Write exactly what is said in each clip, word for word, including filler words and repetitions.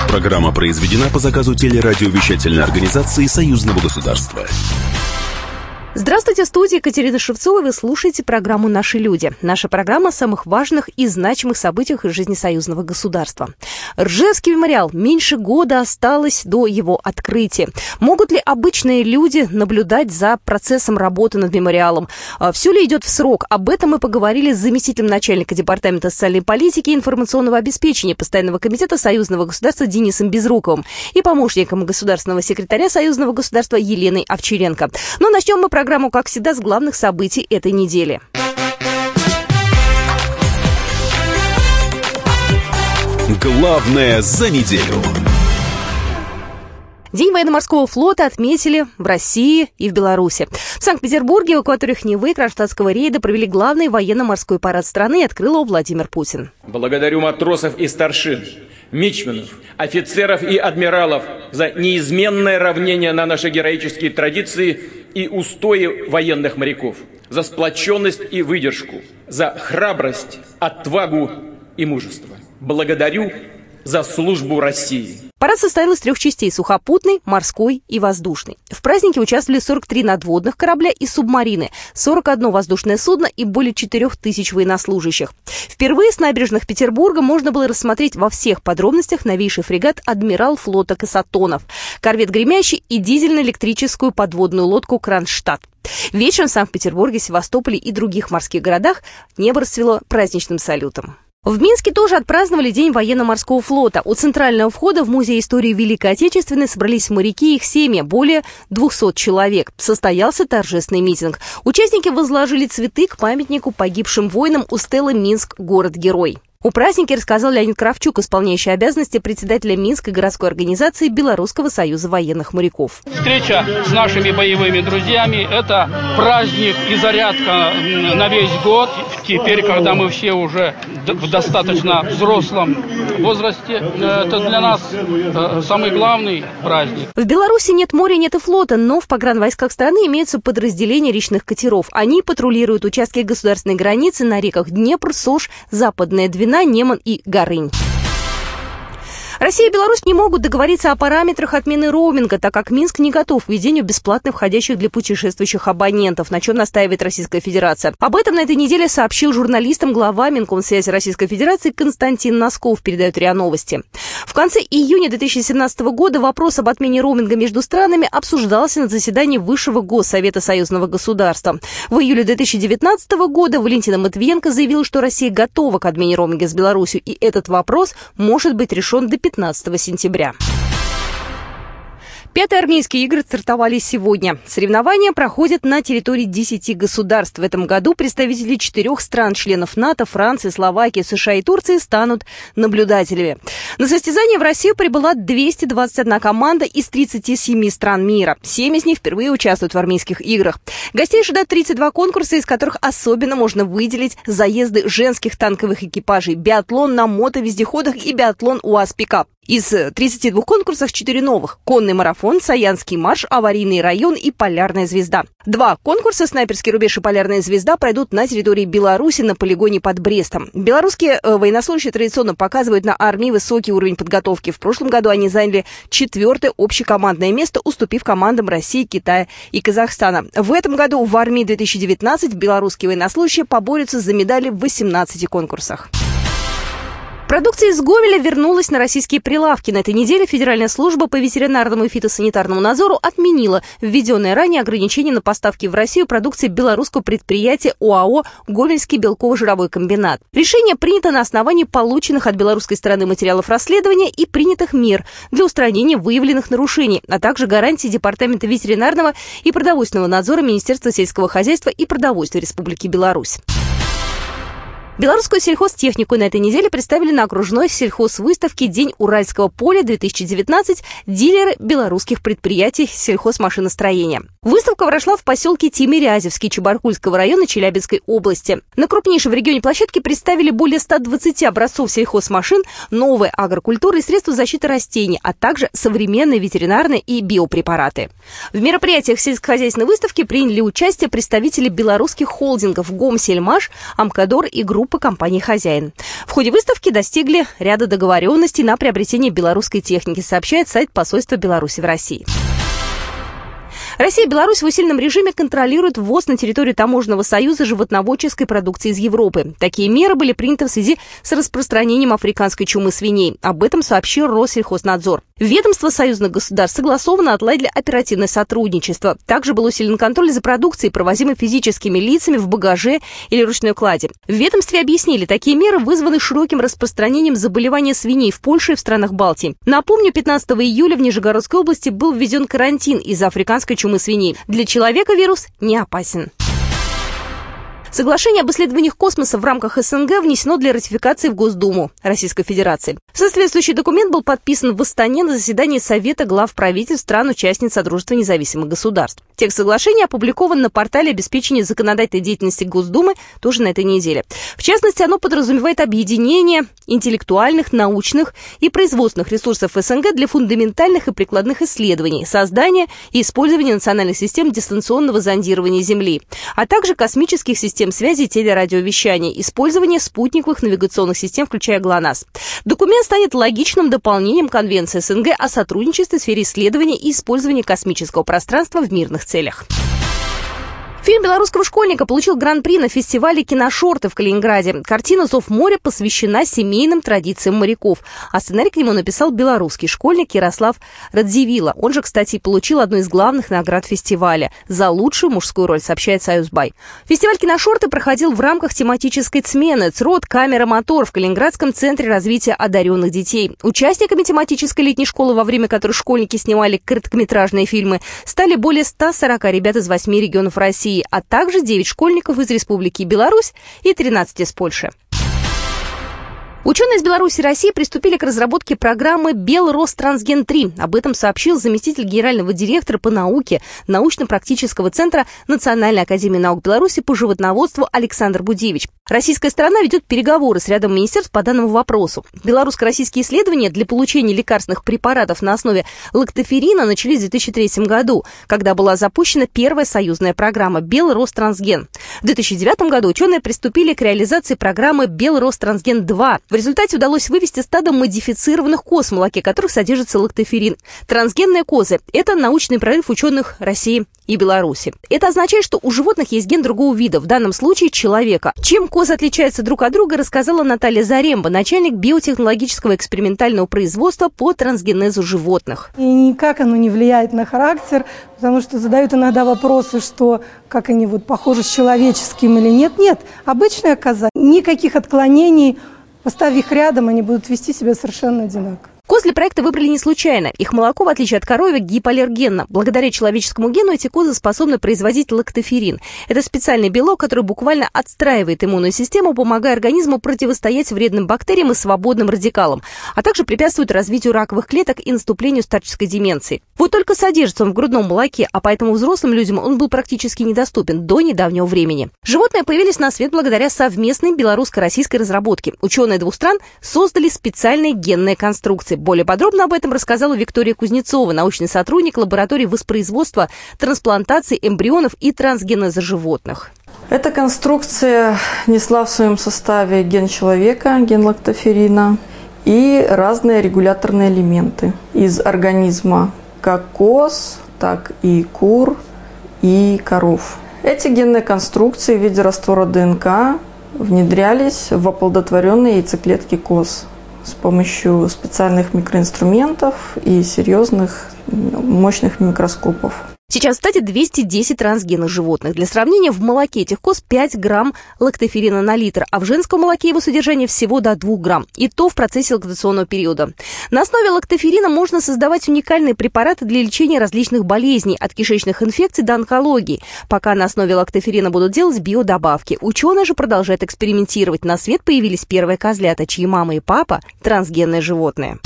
Программа произведена по заказу телерадиовещательной организации Союзного государства. Здравствуйте, в студии Екатерина Шевцова. Вы слушаете программу «Наши люди». Наша программа о самых важных и значимых событиях из жизни союзного государства. Ржевский мемориал. Меньше года осталось до его открытия. Могут ли обычные люди наблюдать за процессом работы над мемориалом? Все ли идет в срок? Об этом мы поговорили с заместителем начальника Департамента социальной политики и информационного обеспечения Постоянного комитета Союзного государства Денисом Безруковым и помощником государственного секретаря Союзного государства Еленой Овчаренко. Но начнем мы программу, как всегда, с главных событий этой недели. Главное за неделю. День военно-морского флота отметили в России и в Беларуси. В Санкт-Петербурге в акваториях Невы кронштадтского рейда провели главный военно-морской парад страны и открыл его Владимир Путин. Благодарю матросов и старшин, мичманов, офицеров и адмиралов за неизменное равнение на наши героические традиции и устои военных моряков, за сплоченность и выдержку, за храбрость, отвагу и мужество. Благодарю за службу России. Парад состоял из трех частей – сухопутной, морской и воздушной. В празднике участвовали сорок три надводных корабля и субмарины, сорок одно воздушное судно и более четырех тысяч военнослужащих. Впервые с набережных Петербурга можно было рассмотреть во всех подробностях новейший фрегат «Адмирал флота Касатонов», корвет «Гремящий» и дизельно-электрическую подводную лодку «Кронштадт». Вечером в Санкт-Петербурге, Севастополе и других морских городах небо расцвело праздничным салютом. В Минске тоже отпраздновали День военно-морского флота. У центрального входа в Музей истории Великой Отечественной собрались моряки и их семьи, более двухсот человек. Состоялся торжественный митинг. Участники возложили цветы к памятнику погибшим воинам у стелы «Минск. Город-герой». О празднике рассказал Леонид Кравчук, исполняющий обязанности председателя Минской городской организации Белорусского союза военных моряков. Встреча с нашими боевыми друзьями – это праздник и зарядка на весь год. Теперь, когда мы все уже в достаточно взрослом возрасте, это для нас самый главный праздник. В Беларуси нет моря, нет и флота, но в погранвойсках страны имеются подразделения речных катеров. Они патрулируют участки государственной границы на реках Днепр, Сош, Западная Двина, Неман и Горынь. Россия и Беларусь не могут договориться о параметрах отмены роуминга, так как Минск не готов к введению бесплатных входящих для путешествующих абонентов, на чем настаивает Российская Федерация. Об этом на этой неделе сообщил журналистам глава Минкомсвязи Российской Федерации Константин Носков, передает РИА Новости. В конце июня две тысячи семнадцатого года вопрос об отмене роуминга между странами обсуждался на заседании Высшего Госсовета Союзного государства. В июле две тысячи девятнадцатого года Валентина Матвиенко заявила, что Россия готова к отмене роуминга с Беларусью, и этот вопрос может быть решен до пятнадцатого сентября. Пятые армейские игры стартовали сегодня. Соревнования проходят на территории десяти государств. В этом году представители четырех стран-членов НАТО, Франции, Словакии, США и Турции станут наблюдателями. На состязание в Россию прибыла двести двадцать одна команда из тридцати семи стран мира. Семь из них впервые участвуют в армейских играх. Гостей ожидают тридцать два конкурса, из которых особенно можно выделить заезды женских танковых экипажей, биатлон на мотовездеходах и биатлон УАЗ-пикап. Из тридцати двух конкурсов четыре новых – конный марафон, Саянский марш, аварийный район и полярная звезда. Два конкурса «Снайперский рубеж» и полярная звезда пройдут на территории Беларуси на полигоне под Брестом. Белорусские военнослужащие традиционно показывают на армии высокий уровень подготовки. В прошлом году они заняли четвертое общекомандное место, уступив командам России, Китая и Казахстана. В этом году в армии две тысячи девятнадцать белорусские военнослужащие поборются за медали в восемнадцати конкурсах. Продукция из Гомеля вернулась на российские прилавки. На этой неделе Федеральная служба по ветеринарному и фитосанитарному надзору отменила введенное ранее ограничение на поставки в Россию продукции белорусского предприятия ОАО «Гомельский белково-жировой комбинат». Решение принято на основании полученных от белорусской стороны материалов расследования и принятых мер для устранения выявленных нарушений, а также гарантий Департамента ветеринарного и продовольственного надзора Министерства сельского хозяйства и продовольствия Республики Беларусь. Белорусскую сельхозтехнику на этой неделе представили на окружной сельхозвыставке «День Уральского поля-две тысячи девятнадцать» дилеры белорусских предприятий сельхозмашиностроения. Выставка прошла в поселке Тимирязевский Чебаркульского района Челябинской области. На крупнейшей в регионе площадке представили более ста двадцати образцов сельхозмашин, новые агрокультуры и средства защиты растений, а также современные ветеринарные и биопрепараты. В мероприятиях сельскохозяйственной выставки приняли участие представители белорусских холдингов «Гомсельмаш», «Амкадор» и группы группы компании «Хозяин». В ходе выставки достигли ряда договоренностей на приобретение белорусской техники, сообщает сайт посольства Беларуси в России. Россия и Беларусь в усиленном режиме контролируют ввоз на территорию Таможенного союза животноводческой продукции из Европы. Такие меры были приняты в связи с распространением африканской чумы свиней. Об этом сообщил Россельхознадзор. Ведомства союзных государств согласованно отладили оперативное сотрудничество. Также был усилен контроль за продукцией, провозимой физическими лицами в багаже или ручной кладе. В ведомстве объяснили, такие меры вызваны широким распространением заболевания свиней в Польше и в странах Балтии. Напомню, пятнадцатого июля в Нижегородской области был введен карантин из-за африканской чумы свиней. Для человека вирус не опасен. Соглашение об исследованиях космоса в рамках СНГ внесено для ратификации в Госдуму Российской Федерации. Соответствующий документ был подписан в Астане на заседании Совета глав правительств стран-участниц Содружества независимых государств. Текст соглашения опубликован на портале обеспечения законодательной деятельности Госдумы тоже на этой неделе. В частности, оно подразумевает объединение интеллектуальных, научных и производственных ресурсов СНГ для фундаментальных и прикладных исследований, создания и использования национальных систем дистанционного зондирования Земли, а также космических систем Систем связи и телерадиовещания, использование спутниковых навигационных систем, включая ГЛОНАСС. Документ станет логичным дополнением Конвенции СНГ о сотрудничестве в сфере исследования и использования космического пространства в мирных целях. Фильм белорусского школьника получил гран-при на фестивале «Киношорты» в Калининграде. Картина «Зов моря» посвящена семейным традициям моряков, а сценарий к нему написал белорусский школьник Ярослав Радзивилла. Он же, кстати, получил одну из главных наград фестиваля за лучшую мужскую роль, сообщает «Союзбай». Фестиваль «Киношорты» проходил в рамках тематической смены «ЦРОД. Камера. Мотор» в Калининградском центре развития одаренных детей. Участниками тематической летней школы, во время которой школьники снимали короткометражные фильмы, стали более ста сорока ребят из восьми регионов России, а также девять школьников из Республики Беларусь и тринадцать из Польши. Ученые из Беларуси и России приступили к разработке программы «Белространсген-три». Об этом сообщил заместитель генерального директора по науке научно-практического центра Национальной академии наук Беларуси по животноводству Александр Будевич. Российская сторона ведет переговоры с рядом министерств по данному вопросу. Белорусско-российские исследования для получения лекарственных препаратов на основе лактоферина начались в две тысячи третьем году, когда была запущена первая союзная программа «Белространсген». В две тысячи девятом году ученые приступили к реализации программы «Белространсген-два». В результате удалось вывести стадо модифицированных коз, в молоке которых содержится лактоферин. Трансгенные козы – это научный прорыв ученых России и Беларуси. Это означает, что у животных есть ген другого вида, в данном случае человека. Чем козы отличаются друг от друга, рассказала Наталья Заремба, начальник биотехнологического экспериментального производства по трансгенезу животных. И никак оно не влияет на характер, потому что задают иногда вопросы, что как они вот похожи с человеческим или нет. Нет, обычная коза, никаких отклонений. Поставь их рядом, они будут вести себя совершенно одинаково. Коз для проекта выбрали не случайно. Их молоко, в отличие от коровьего, гипоаллергенно. Благодаря человеческому гену эти козы способны производить лактоферин. Это специальный белок, который буквально отстраивает иммунную систему, помогая организму противостоять вредным бактериям и свободным радикалам, а также препятствует развитию раковых клеток и наступлению старческой деменции. Вот только содержится он в грудном молоке, а поэтому взрослым людям он был практически недоступен до недавнего времени. Животные появились на свет благодаря совместной белорусско-российской разработке. Ученые двух стран создали специальные генные конструкции. Более подробно об этом рассказала Виктория Кузнецова, научный сотрудник лаборатории воспроизводства, трансплантации эмбрионов и трансгенеза животных. Эта конструкция несла в своем составе ген человека, ген лактоферина и разные регуляторные элементы из организма как коз, так и кур и коров. Эти генные конструкции в виде раствора ДНК внедрялись в оплодотворенные яйцеклетки коз с помощью специальных микроинструментов и серьезных мощных микроскопов. Сейчас в стадии двести десять трансгенных животных. Для сравнения, в молоке этих коз пять грамм лактоферина на литр, а в женском молоке его содержание всего до двух грамм. И то в процессе лактационного периода. На основе лактоферина можно создавать уникальные препараты для лечения различных болезней, от кишечных инфекций до онкологии. Пока на основе лактоферина будут делать биодобавки. Ученые же продолжают экспериментировать. На свет появились первые козлята, чьи мама и папа – трансгенные животные.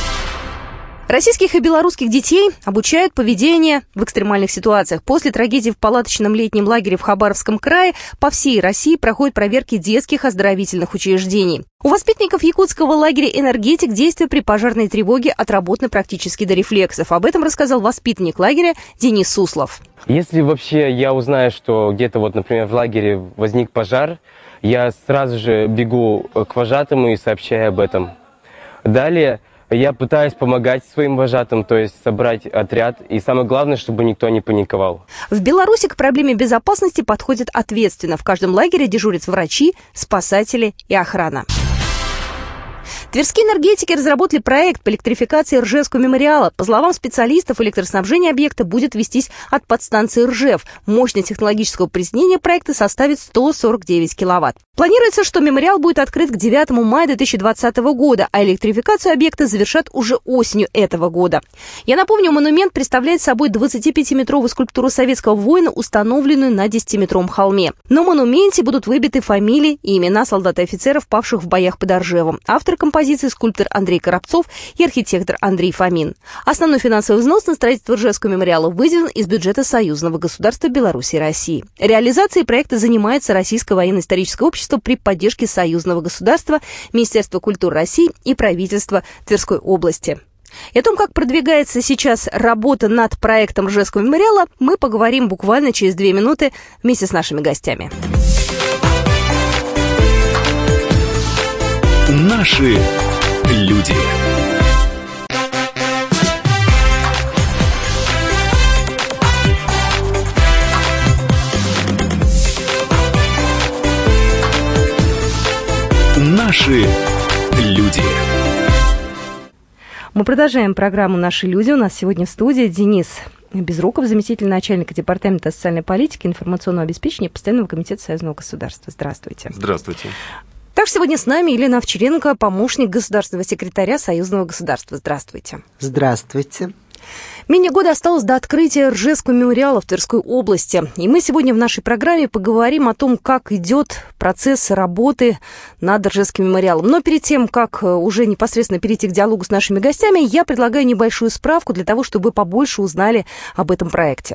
Российских и белорусских детей обучают поведению в экстремальных ситуациях. После трагедии в палаточном летнем лагере в Хабаровском крае по всей России проходят проверки детских оздоровительных учреждений. У воспитанников якутского лагеря «Энергетик» действия при пожарной тревоге отработаны практически до рефлексов. Об этом рассказал воспитанник лагеря Денис Суслов. Если вообще я узнаю, что где-то, вот, например, в лагере возник пожар, я сразу же бегу к вожатому и сообщаю об этом. Далее я пытаюсь помогать своим вожатым, то есть собрать отряд. И самое главное, чтобы никто не паниковал. В Беларуси к проблеме безопасности подходят ответственно. В каждом лагере дежурят врачи, спасатели и охрана. Тверские энергетики разработали проект по электрификации Ржевского мемориала. По словам специалистов, электроснабжение объекта будет вестись от подстанции Ржев. Мощность технологического применения проекта составит сто сорок девять киловатт. Планируется, что мемориал будет открыт к девятому мая две тысячи двадцатого года, а электрификацию объекта завершат уже осенью этого года. Я напомню, монумент представляет собой двадцатипятиметровую скульптуру советского воина, установленную на десятиметровом холме. На монументе будут выбиты фамилии и имена солдат и офицеров, павших в боях под Ржевом. Автор композиции – скульптор Андрей Коробцов и архитектор Андрей Фомин. Основной финансовый взнос на строительство Ржевского мемориала выделен из бюджета союзного государства Беларуси и России. Реализацией проекта занимается Российское военно-историческое общество при поддержке союзного государства, Министерства культуры России и правительства Тверской области. И о том, как продвигается сейчас работа над проектом Ржевского мемориала, мы поговорим буквально через две минуты вместе с нашими гостями. Наши люди. Наши люди. Мы продолжаем программу «Наши люди». У нас сегодня в студии Денис Безруков, заместитель начальника департамента социальной политики, информационного обеспечения Постоянного комитета Союзного государства. Здравствуйте. Здравствуйте. Также сегодня с нами Елена Овчаренко, помощник государственного секретаря Союзного государства. Здравствуйте. Здравствуйте. Менее года осталось до открытия Ржевского мемориала в Тверской области. И мы сегодня в нашей программе поговорим о том, как идет процесс работы над Ржевским мемориалом. Но перед тем, как уже непосредственно перейти к диалогу с нашими гостями, я предлагаю небольшую справку для того, чтобы вы побольше узнали об этом проекте.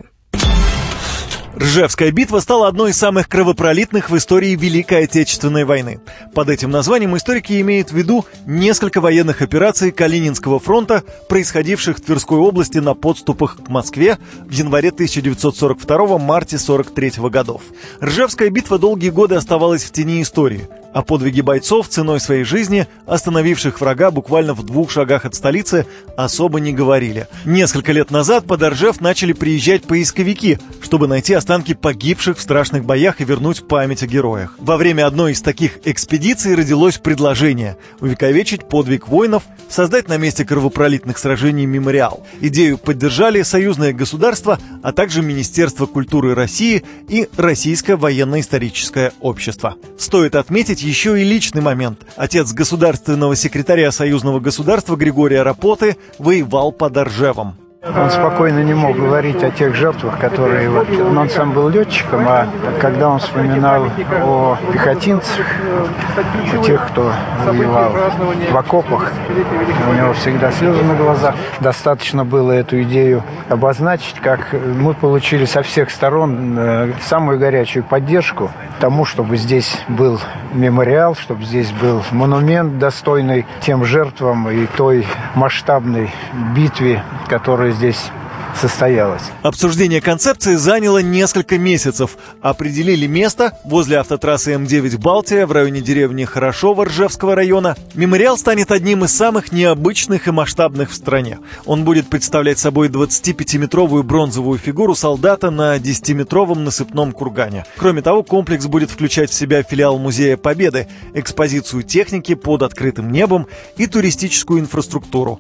Ржевская битва стала одной из самых кровопролитных в истории Великой Отечественной войны. Под этим названием историки имеют в виду несколько военных операций Калининского фронта, происходивших в Тверской области на подступах к Москве в январе тысяча девятьсот сорок второго — марте сорок третьего годов. Ржевская битва долгие годы оставалась в тени истории. О подвиге бойцов ценой своей жизни, остановивших врага буквально в двух шагах от столицы, особо не говорили. Несколько лет назад под Ржев начали приезжать поисковики, чтобы найти останки погибших в страшных боях и вернуть память о героях. Во время одной из таких экспедиций родилось предложение увековечить подвиг воинов, создать на месте кровопролитных сражений мемориал. Идею поддержали союзное государство, а также Министерство культуры России и Российское военно-историческое общество. Стоит отметить еще и личный момент. Отец государственного секретаря союзного государства Григория Рапоты воевал под Ржевом. Он спокойно не мог говорить о тех жертвах, которые... Вот, он сам был летчиком, а когда он вспоминал о пехотинцах, о тех, кто воевал в окопах, у него всегда слезы на глазах. Достаточно было эту идею обозначить, как мы получили со всех сторон самую горячую поддержку тому, чтобы здесь был мемориал, чтобы здесь был монумент, достойный тем жертвам и той масштабной битве, которая здесь состоялась. Обсуждение концепции заняло несколько месяцев. Определили место возле автотрассы эм девять «Балтия» в районе деревни Хорошово Ржевского района. Мемориал станет одним из самых необычных и масштабных в стране. Он будет представлять собой двадцатипятиметровую бронзовую фигуру солдата на десятиметровом насыпном кургане. Кроме того, комплекс будет включать в себя филиал Музея Победы, экспозицию техники под открытым небом и туристическую инфраструктуру.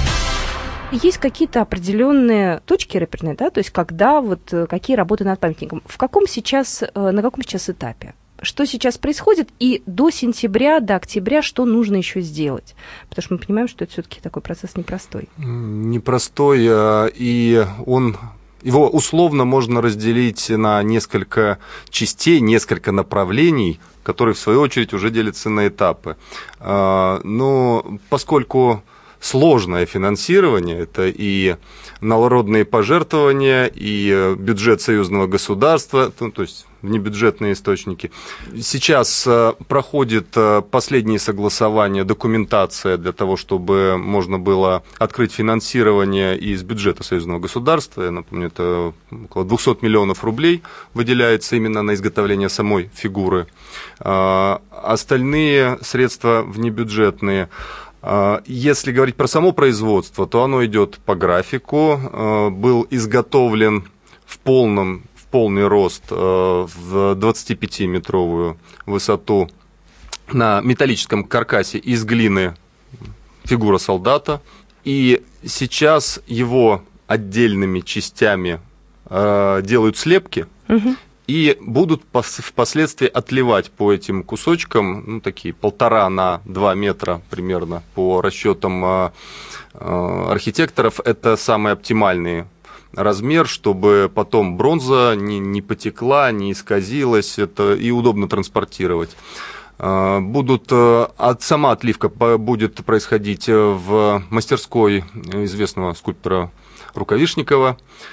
Есть какие-то определенные точки реперные, да, то есть когда вот какие работы над памятником, в каком сейчас, на каком сейчас этапе? Что сейчас происходит и до сентября, до октября что нужно еще сделать? Потому что мы понимаем, что это все-таки такой процесс непростой. Непростой, и он... Его условно можно разделить на несколько частей, несколько направлений, которые, в свою очередь, уже делятся на этапы. Но поскольку сложное финансирование, это и народные пожертвования, и бюджет союзного государства, то есть внебюджетные источники. Сейчас проходит последние согласования, документация для того, чтобы можно было открыть финансирование из бюджета союзного государства. Я напомню, это около двести миллионов рублей выделяется именно на изготовление самой фигуры. Остальные средства внебюджетные. Если говорить про само производство, то оно идет по графику. Был изготовлен в полном полный рост в двадцатипятиметровую высоту на металлическом каркасе из глины фигура солдата. И сейчас его отдельными частями делают слепки, угу. и будут впоследствии отливать по этим кусочкам, ну, такие полтора на два метра примерно, по расчетам архитекторов, это самые оптимальные размер, чтобы потом бронза не, не потекла, не исказилась, это и удобно транспортировать. Будут, от, сама отливка будет происходить в мастерской известного скульптора Рукавишникова.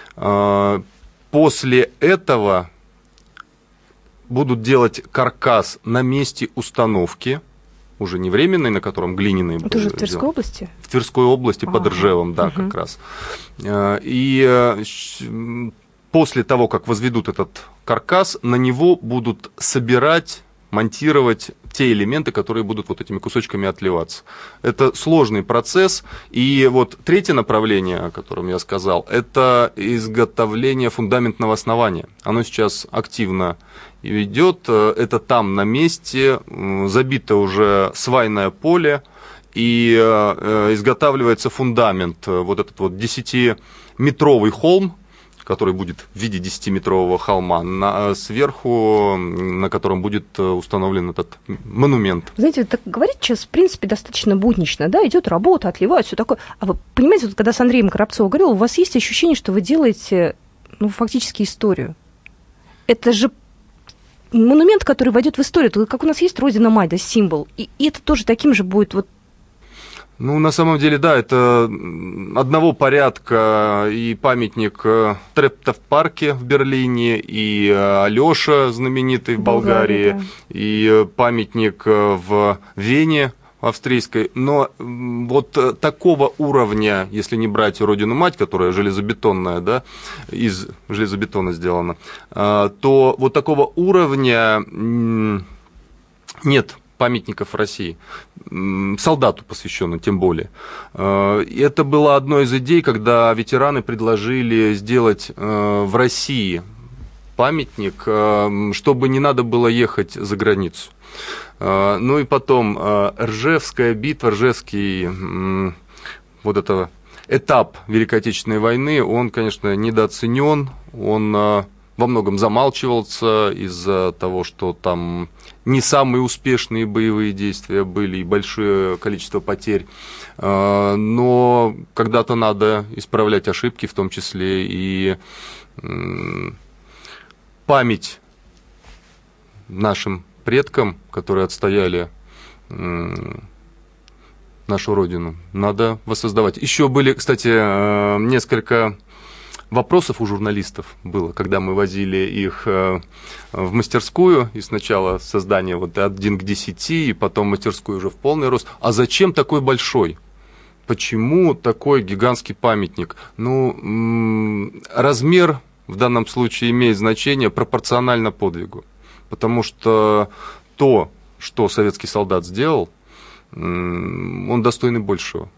После этого будут делать каркас на месте установки, уже не временный, на котором глиняный. Это уже в Тверской сделан. области? В Тверской области, а, под Ржевом, да, угу. как раз. И после того, как возведут этот каркас, на него будут собирать, монтировать те элементы, которые будут вот этими кусочками отливаться. Это сложный процесс. И вот третье направление, о котором я сказал, это изготовление фундаментного основания. Оно сейчас активно идет. Это там на месте, забито уже свайное поле, и изготавливается фундамент. Вот этот вот десятиметровый холм, который будет в виде десятиметрового холма, на, сверху, на котором будет установлен этот монумент. Знаете, так говорить сейчас, в принципе, достаточно буднично, да, идет работа, отливают, все такое. А вы понимаете, вот когда с Андреем Коробцовым говорил, у вас есть ощущение, что вы делаете, ну, фактически историю. Это же монумент, который войдет в историю, как у нас есть Родина Майда, символ, и, и это тоже таким же будет вот. Ну, на самом деле, да, это одного порядка и памятник Трепто в парке в Берлине, и Алёша, знаменитый в Болгарии, Болгария, да. и памятник в Вене австрийской. Но вот такого уровня, если не брать Родину-мать, которая железобетонная, да, из железобетона сделана, то вот такого уровня нет памятников в России, солдату посвященный, тем более. Это было одной из идей, когда ветераны предложили сделать в России памятник, чтобы не надо было ехать за границу. Ну и потом Ржевская битва, Ржевский, вот это этап Великой Отечественной войны, он, конечно, недооценен, он во многом замалчивался из-за того, что там не самые успешные боевые действия были и большое количество потерь. Но когда-то надо исправлять ошибки, в том числе и память нашим предкам, которые отстояли нашу Родину, надо воссоздавать. Еще были, кстати, несколько вопросов у журналистов было, когда мы возили их в мастерскую, и сначала создание вот один к десяти, и потом мастерскую уже в полный рост. А зачем такой большой? Почему такой гигантский памятник? Ну, размер в данном случае имеет значение пропорционально подвигу, потому что то, что советский солдат сделал, он достойный большего.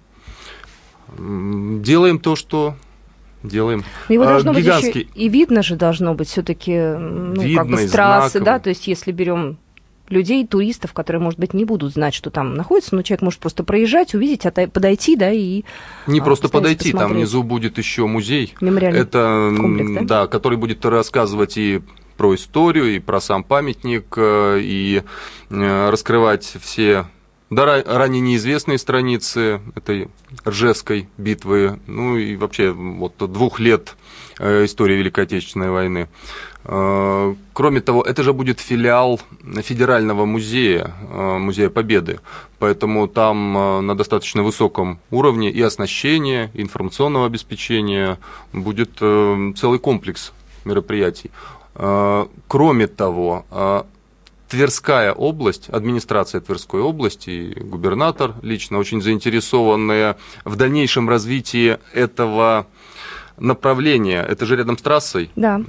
Делаем то, что делаем. Его должно быть еще и видно же должно быть все-таки, ну, видно, как бы с трассы, да, то есть если берем людей, туристов, которые, может быть, не будут знать, что там находится, но человек может просто проезжать, увидеть, подойти, да, и не а, просто подойти, посмотреть. Там внизу будет еще музей, мемориальный это, комплекс, да? Да, который будет рассказывать и про историю, и про сам памятник, и раскрывать все да, ранее неизвестные страницы этой Ржевской битвы, ну и вообще вот двух лет истории Великой Отечественной войны. Кроме того, это же будет филиал Федерального музея, Музея Победы, поэтому там на достаточно высоком уровне и оснащения, и информационного обеспечения будет целый комплекс мероприятий. Кроме того, Тверская область, администрация Тверской области и губернатор лично очень заинтересованные в дальнейшем развитии этого направления. Это же рядом с трассой, да.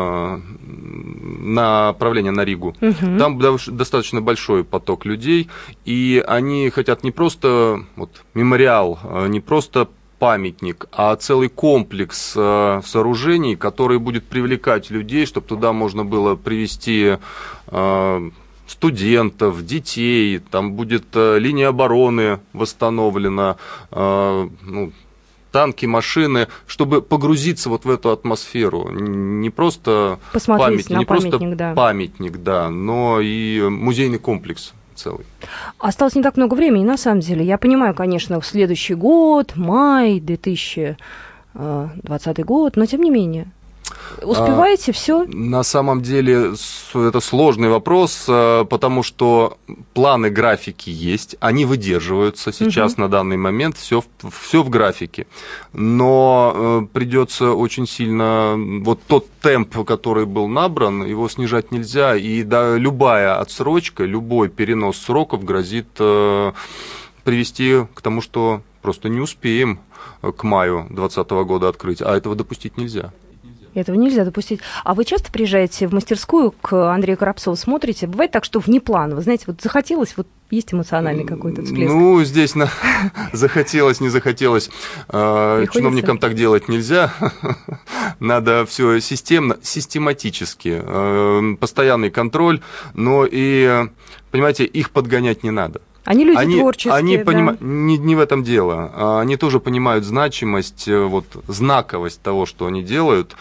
Направление на Ригу. Угу. Там достаточно большой поток людей, и они хотят не просто вот, мемориал, не просто памятник, а целый комплекс э, сооружений, который будет привлекать людей, чтобы туда можно было привести э, студентов, детей, там будет э, линия обороны восстановлена, э, ну, танки, машины, чтобы погрузиться вот в эту атмосферу. Не просто Посмотреть памятник, не памятник, просто да. памятник, да, но и музейный комплекс целый. Осталось не так много времени, на самом деле. Я понимаю, конечно, в следующий год, май, две тысячи двадцатый год, но тем не менее. Успеваете а, все? На самом деле это сложный вопрос, потому что планы, графики есть, они выдерживаются сейчас угу. на данный момент, все, все в графике. Но придется очень сильно, вот тот темп, который был набран, его снижать нельзя, и да, любая отсрочка, любой перенос сроков грозит привести к тому, что просто не успеем к маю двадцатого года открыть, а этого допустить нельзя. Этого нельзя допустить. А вы часто приезжаете в мастерскую к Андрею Коробцову, смотрите? Бывает так, что внепланово, знаете, вот захотелось, вот есть эмоциональный какой-то всплеск? Ну, здесь на... захотелось, не захотелось. Приходится? Чиновникам так делать нельзя. Надо все системно, систематически. Постоянный контроль, но и, понимаете, их подгонять не надда. Они люди они, творческие, они да. поним... не, не в этом дело. Они тоже понимают значимость, вот, знаковость того, что они делают.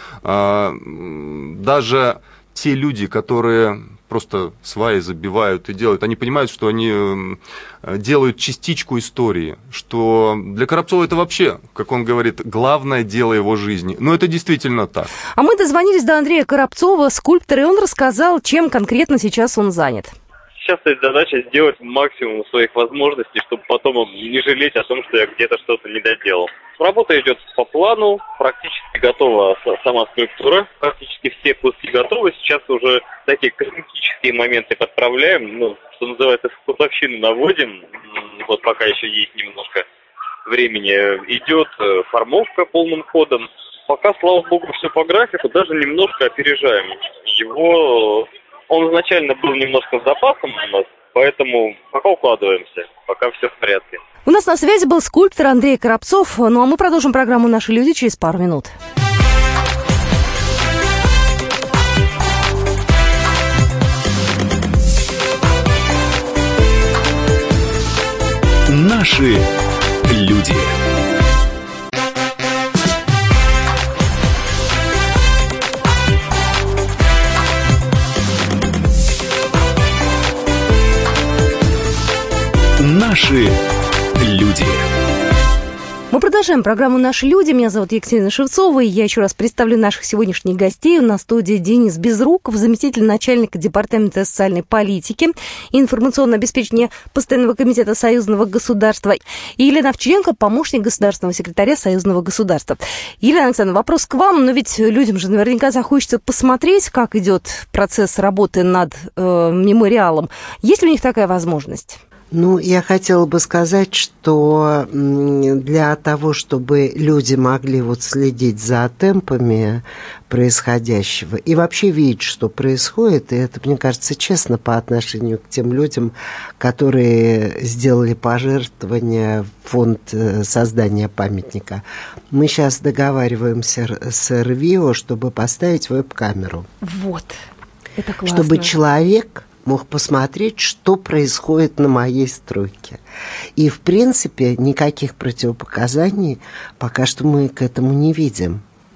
Даже те люди, которые просто сваи забивают и делают, они понимают, что они делают частичку истории, что для Коробцова это вообще, как он говорит, главное дело его жизни. Но это действительно так. А мы дозвонились до Андрея Коробцова, скульптора, и он рассказал, чем конкретно сейчас он занят. Сейчас стоит задача сделать максимум своих возможностей, чтобы потом не жалеть о том, что я где-то что-то не доделал. Работа идет по плану, практически готова сама скульптура, практически все куски готовы. Сейчас уже такие косметические моменты подправляем, ну, что называется, вкусовщину наводим. Вот пока еще есть немножко времени. Идет формовка полным ходом. Пока, слава богу, все по графику, даже немножко опережаем его. Он изначально был немножко с запасом у нас, поэтому пока укладываемся, пока все в порядке. У нас на связи был скульптор Андрей Коробцов, ну а мы продолжим программу «Наши люди» через пару минут. Наши люди. Наши люди. Мы продолжаем программу «Наши люди». Меня зовут Екатерина Шевцова, и я еще раз представлю наших сегодняшних гостей. У нас в студии Денис Безруков, заместитель начальника Департамента социальной политики и информационного обеспечения Постоянного комитета Союзного государства, и Елена Овчаренко, помощник государственного секретаря Союзного государства. Елена Александровна, вопрос к вам, но ведь людям же наверняка захочется посмотреть, как идет процесс работы над э, мемориалом. Есть ли у них такая возможность? Ну, я хотела бы сказать, что для того, чтобы люди могли вот следить за темпами происходящего и вообще видеть, что происходит, и это, мне кажется, честно по отношению к тем людям, которые сделали пожертвования в фонд создания памятника, мы сейчас договариваемся с РВИО, чтобы поставить веб-камеру. Вот, это классно. Чтобы человек мог посмотреть, что происходит на моей стройке. И, в принципе, никаких противопоказаний пока что мы к этому не видим.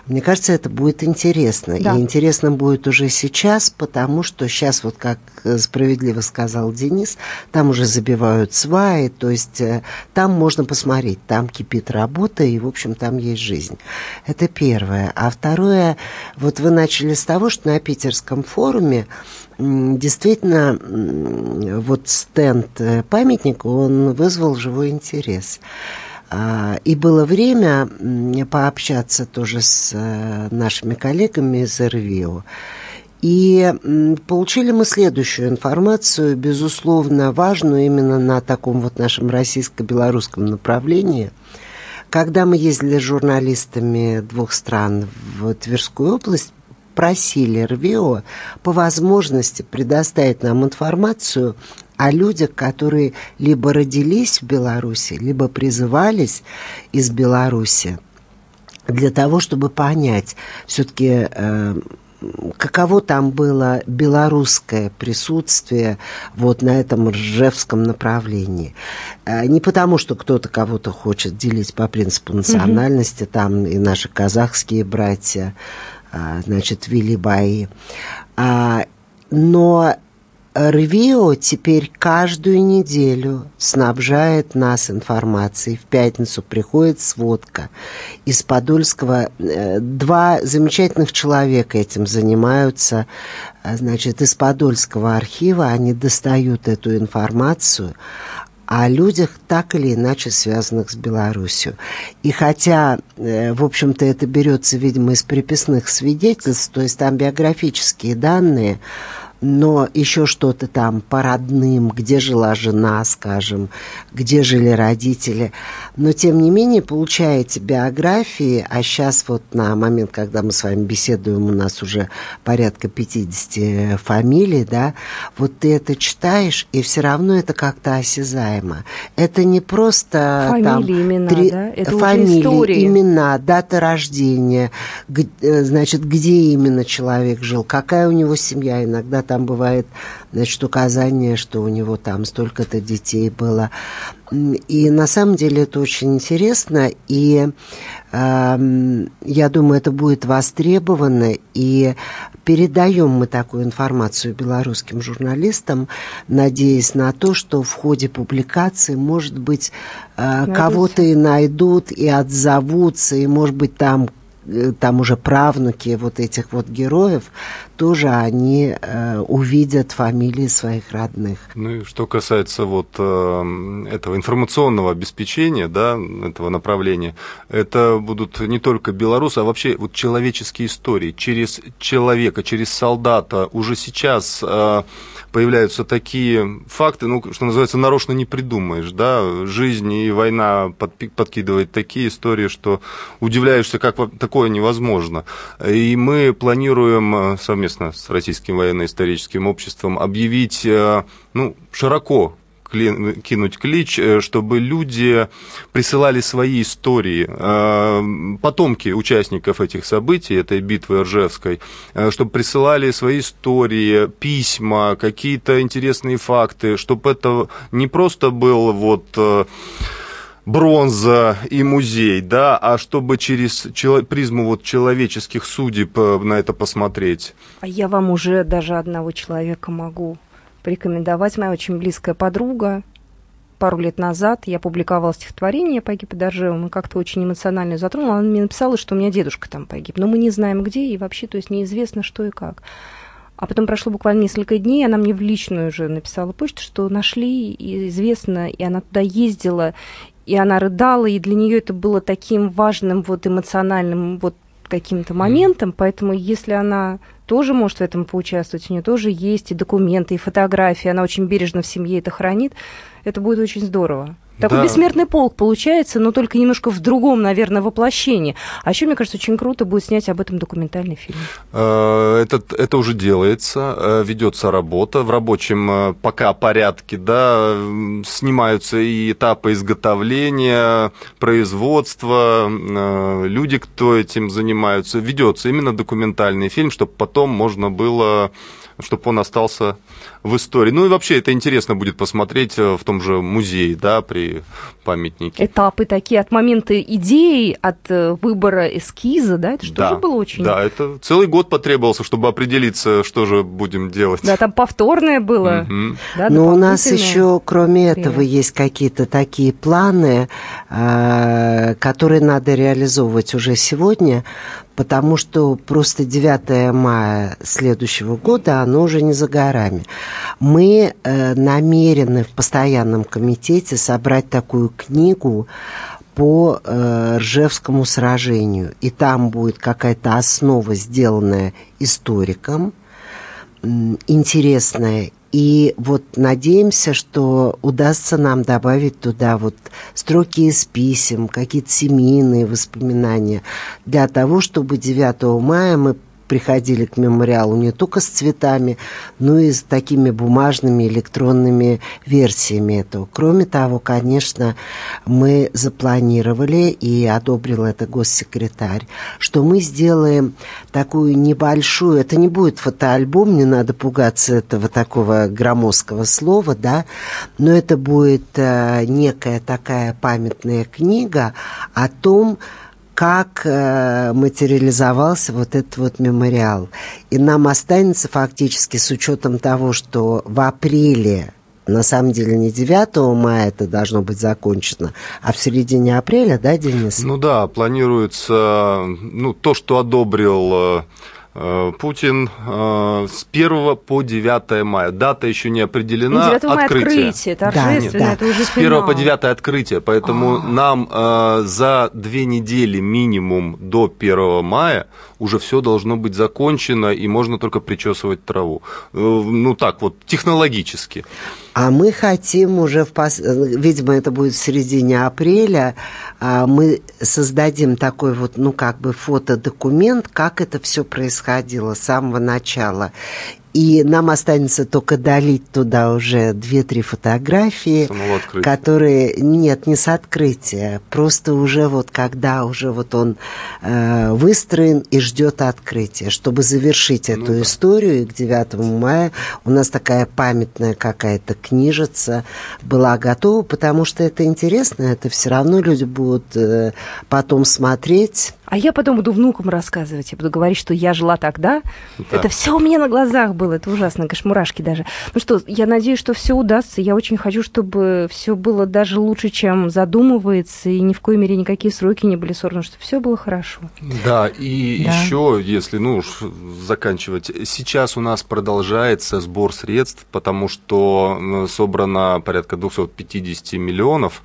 Мне кажется, это будет интересно. Да. И интересно будет уже сейчас, потому что сейчас, вот как справедливо сказал Денис, там уже забивают сваи, то есть там можно посмотреть, там кипит работа, и, в общем, там есть жизнь. Это первое. А второе, вот вы начали с того, что на Питерском форуме действительно вот стенд памятника, он вызвал живой интерес. И было время пообщаться тоже с нашими коллегами из РВИО. И получили мы следующую информацию, безусловно, важную именно на таком вот нашем российско-белорусском направлении. Когда мы ездили с журналистами двух стран в Тверскую область, просили РВИО по возможности предоставить нам информацию о людях, которые либо родились в Беларуси, либо призывались из Беларуси, для того, чтобы понять все-таки, э, каково там было белорусское присутствие вот на этом ржевском направлении. Э, не потому, что кто-то кого-то хочет делить по принципу национальности, mm-hmm. там и наши казахские братья, значит, вели бои. Но РВИО теперь каждую неделю снабжает нас информацией. В пятницу приходит сводка из Подольского. Два замечательных человека этим занимаются. Значит, из Подольского архива они достают эту информацию о людях, так или иначе связанных с Беларусью. И хотя, в общем-то, это берется, видимо, из приписных свидетельств, то есть там биографические данные, но еще что-то там по родным, где жила жена, скажем, где жили родители. Но, тем не менее, получаете биографии, а сейчас вот на момент, когда мы с вами беседуем, у нас уже порядка пятьдесят фамилий, да, вот ты это читаешь, и все равно это как-то осязаемо. Это не просто фамилии, там, имена, три... да? Это фамилии, уже история. Имена, дата рождения, г... значит, где именно человек жил, какая у него семья, иногда там бывает, значит, указание, что у него там столько-то детей было. И на самом деле это очень интересно, и э, я думаю, это будет востребовано, и передаем мы такую информацию белорусским журналистам, надеясь на то, что в ходе публикации, может быть, э, кого-то и найдут, и отзовутся, и, может быть, там там уже правнуки вот этих вот героев, тоже они э, увидят фамилии своих родных. Ну и что касается вот э, этого информационного обеспечения, да, этого направления, это будут не только белорусы, а вообще вот человеческие истории. Через человека, через солдата уже сейчас э, появляются такие факты, ну, что называется, нарочно не придумаешь, да, жизнь и война подкидывает такие истории, что удивляешься, как такое невозможно. И мы планируем совместно с Российским военно-историческим обществом объявить, ну, широко кинуть клич, чтобы люди присылали свои истории, потомки участников этих событий, этой битвы Ржевской, чтобы присылали свои истории, письма, какие-то интересные факты, чтобы это не просто был вот бронза и музей, да, а чтобы через призму вот человеческих судеб на это посмотреть. А я вам уже даже одного человека могу порекомендовать. Моя очень близкая подруга. Пару лет назад я публиковала стихотворение «Я погиб под Ржевом», и как-то очень эмоционально затронула. Она мне написала, что у меня дедушка там погиб, но мы не знаем где, и вообще, то есть неизвестно, что и как. А потом прошло буквально несколько дней, она мне в личную уже написала почту, что нашли, и известно, и она туда ездила, и она рыдала, и для нее это было таким важным, вот эмоциональным вот каким-то моментом, поэтому если она тоже может в этом поучаствовать, у нее тоже есть и документы, и фотографии, она очень бережно в семье это хранит, это будет очень здорово. Такой да. бессмертный полк получается, но только немножко в другом, наверное, воплощении. А еще, мне кажется, очень круто будет снять об этом документальный фильм. Это, это уже делается, ведется работа в рабочем пока порядке, да, снимаются и этапы изготовления, производства, люди, кто этим занимаются, ведется именно документальный фильм, чтобы потом можно было чтобы он остался в истории. Ну и вообще это интересно будет посмотреть в том же музее, да, при памятнике. Этапы такие от момента идеи, от выбора эскиза, да, это же да, тоже было очень... Да, это целый год потребовался, чтобы определиться, что же будем делать. Да, там повторное было. Mm-hmm. Да, но у нас еще, кроме этого, есть какие-то такие планы, которые надо реализовывать уже сегодня, потому что просто девятое мая следующего года, оно уже не за горами. Мы э, намерены в постоянном комитете собрать такую книгу по э, Ржевскому сражению. И там будет какая-то основа, сделанная историком, э, интересная. И вот надеемся, что удастся нам добавить туда вот строки из писем, какие-то семейные воспоминания, для того, чтобы девятого мая мы приходили к мемориалу не только с цветами, но и с такими бумажными электронными версиями этого. Кроме того, конечно, мы запланировали, и одобрил это госсекретарь, что мы сделаем такую небольшую, это не будет фотоальбом, не надо пугаться этого такого громоздкого слова, да, но это будет э, некая такая памятная книга о том, как э, материализовался вот этот вот мемориал. И нам останется фактически, с учетом того, что в апреле, на самом деле не девятого мая это должно быть закончено, а в середине апреля, да, Денис? Ну да, планируется, ну, то, что одобрил Путин, с первого по девятое мая. Дата еще не определена. девятого мая открытие, открытие торжественно, да, это уже с первого по девятое открытие, поэтому А-а-а. нам э, за две недели минимум до первого мая уже все должно быть закончено, и можно только причесывать траву. Э, ну так вот, технологически. А мы хотим уже, в пос... видимо, это будет в середине апреля, мы создадим такой вот, ну, как бы фотодокумент, как это все происходило с самого начала. И нам останется только долить туда уже две-три фотографии, которые... Нет, не с открытия. Просто уже вот когда уже вот он э, выстроен и ждет открытия. Чтобы завершить ну, эту да. историю, и к девятому мая у нас такая памятная какая-то книжица была готова, потому что это интересно, это все равно люди будут э, потом смотреть. А я потом буду внукам рассказывать, я буду говорить, что я жила тогда. Да. Это все у меня на глазах было, это ужасно, конечно, мурашки даже. Ну что, я надеюсь, что все удастся. Я очень хочу, чтобы все было даже лучше, чем задумывается, и ни в коей мере никакие сроки не были сорваны, чтобы все было хорошо. Да, и да. еще, если, ну уж заканчивать, сейчас у нас продолжается сбор средств, потому что собрано порядка двести пятьдесят миллионов.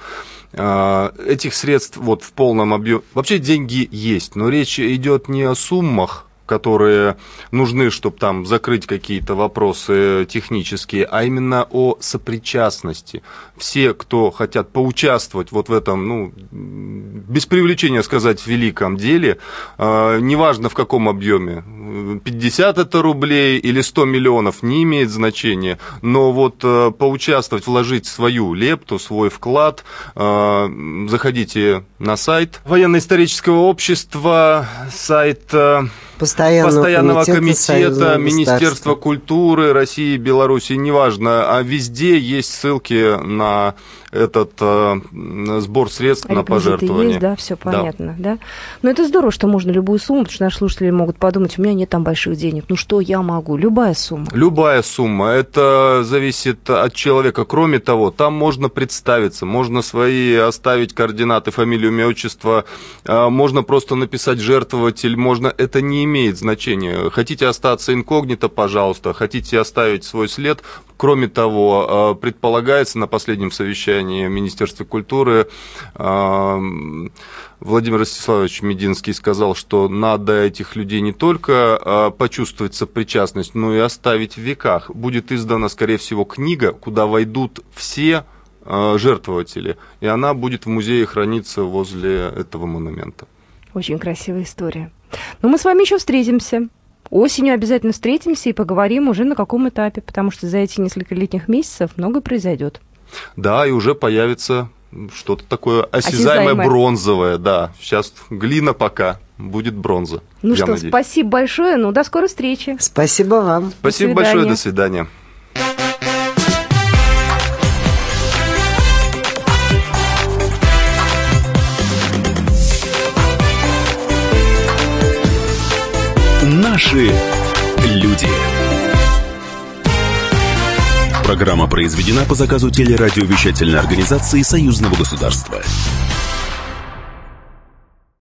Этих средств вот в полном объеме... Вообще деньги есть, но речь идет не о суммах, которые нужны, чтобы там закрыть какие-то вопросы технические, а именно о сопричастности. Все, кто хотят поучаствовать вот в этом, ну, без привлечения сказать, великом деле, э, неважно в каком объеме, пятьдесят это рублей или сто миллионов, не имеет значения, но вот э, поучаствовать, вложить свою лепту, свой вклад, э, заходите на сайт Военно-исторического общества, сайт... Э, Постоянного, Постоянного комитета, комитета Министерства культуры России и Беларуси, неважно, а везде есть ссылки на этот э, сбор средств, на пожертвования. Есть, да, все понятно, да. да. Но это здорово, что можно любую сумму, потому что наши слушатели могут подумать, у меня нет там больших денег. Ну что я могу? Любая сумма. Любая сумма. Это зависит от человека. Кроме того, там можно представиться, можно свои оставить координаты, фамилию, имя, отчество, э, можно просто написать жертвователь, можно, это не имеет значения. Хотите остаться инкогнито, пожалуйста, хотите оставить свой след. Кроме того, э, предполагается на последнем совещании Министерства культуры Владимир Ростиславович Мединский сказал, что надо этих людей не только почувствовать сопричастность, но и оставить в веках. Будет издана, скорее всего, книга, куда войдут все жертвователи, и она будет в музее храниться возле этого монумента. Очень красивая история. Но мы с вами еще встретимся. Осенью обязательно встретимся и поговорим уже на каком этапе, потому что за эти несколько летних месяцев многое произойдет. Да, и уже появится что-то такое осязаемое, осязаемое, бронзовое, да. Сейчас глина пока, будет бронза. Ну что, надеюсь. Спасибо большое, ну до скорой встречи. Спасибо вам. Спасибо большое, до свидания. Наши люди. Программа произведена по заказу телерадиовещательной организации Союзного государства.